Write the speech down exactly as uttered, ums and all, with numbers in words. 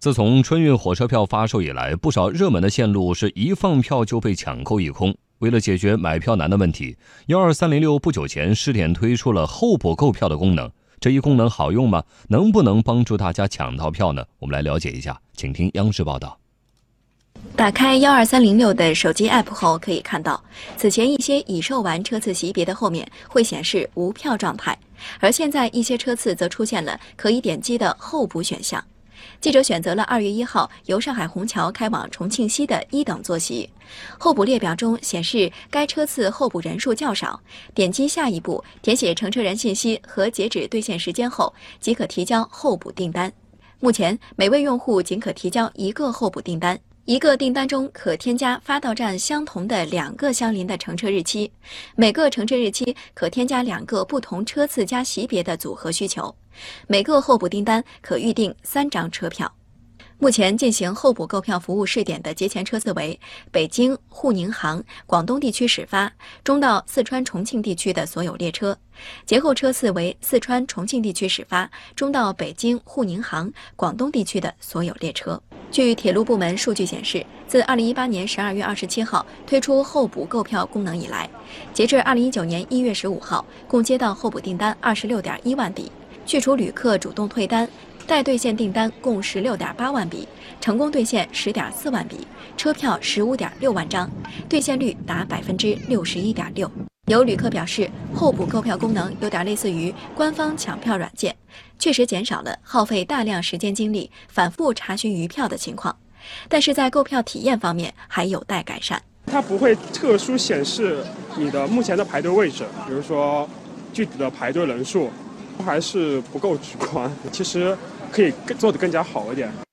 自从春运火车票发售以来，不少热门的线路是一放票就被抢购一空。为了解决买票难的问题，一二三零六不久前试点推出了候补购票的功能。这一功能好用吗？能不能帮助大家抢到票呢？我们来了解一下，请听央视报道。 打开一二三零六的手机 app 后，可以看到，此前一些已售完车次级别的后面会显示无票状态，而现在一些车次则出现了可以点击的候补选项。记者选择了二月一号由上海虹桥开往重庆西的一等座席，候补列表中显示该车次候补人数较少，点击下一步，填写乘车人信息和截止兑现时间后，即可提交候补订单。目前每位用户仅可提交一个候补订单。一个订单中可添加发到站相同的两个相邻的乘车日期，每个乘车日期可添加两个不同车次加席别的组合需求，每个候补订单可预订三张车票。目前进行候补购票服务试点的节前车次为北京、沪宁杭、广东地区始发，中到四川重庆地区的所有列车；节后车次为四川重庆地区始发，中到北京、沪宁杭、广东地区的所有列车。据铁路部门数据显示，自二零一八年十二月二十七号推出候补购票功能以来，截至二零一九年一月十五号，共接到候补订单二十六点一万笔，去除旅客主动退单，待兑现订单共十六点八万笔，成功兑现十点四万笔，车票十五点六万张，兑现率达百分之六十一点六。有旅客表示，候补购票功能有点类似于官方抢票软件，确实减少了耗费大量时间精力反复查询余票的情况，但是在购票体验方面还有待改善。 它不会特殊显示你的目前的排队位置，比如说具体的排队人数，还是不够直观。其实可以做得更加好一点。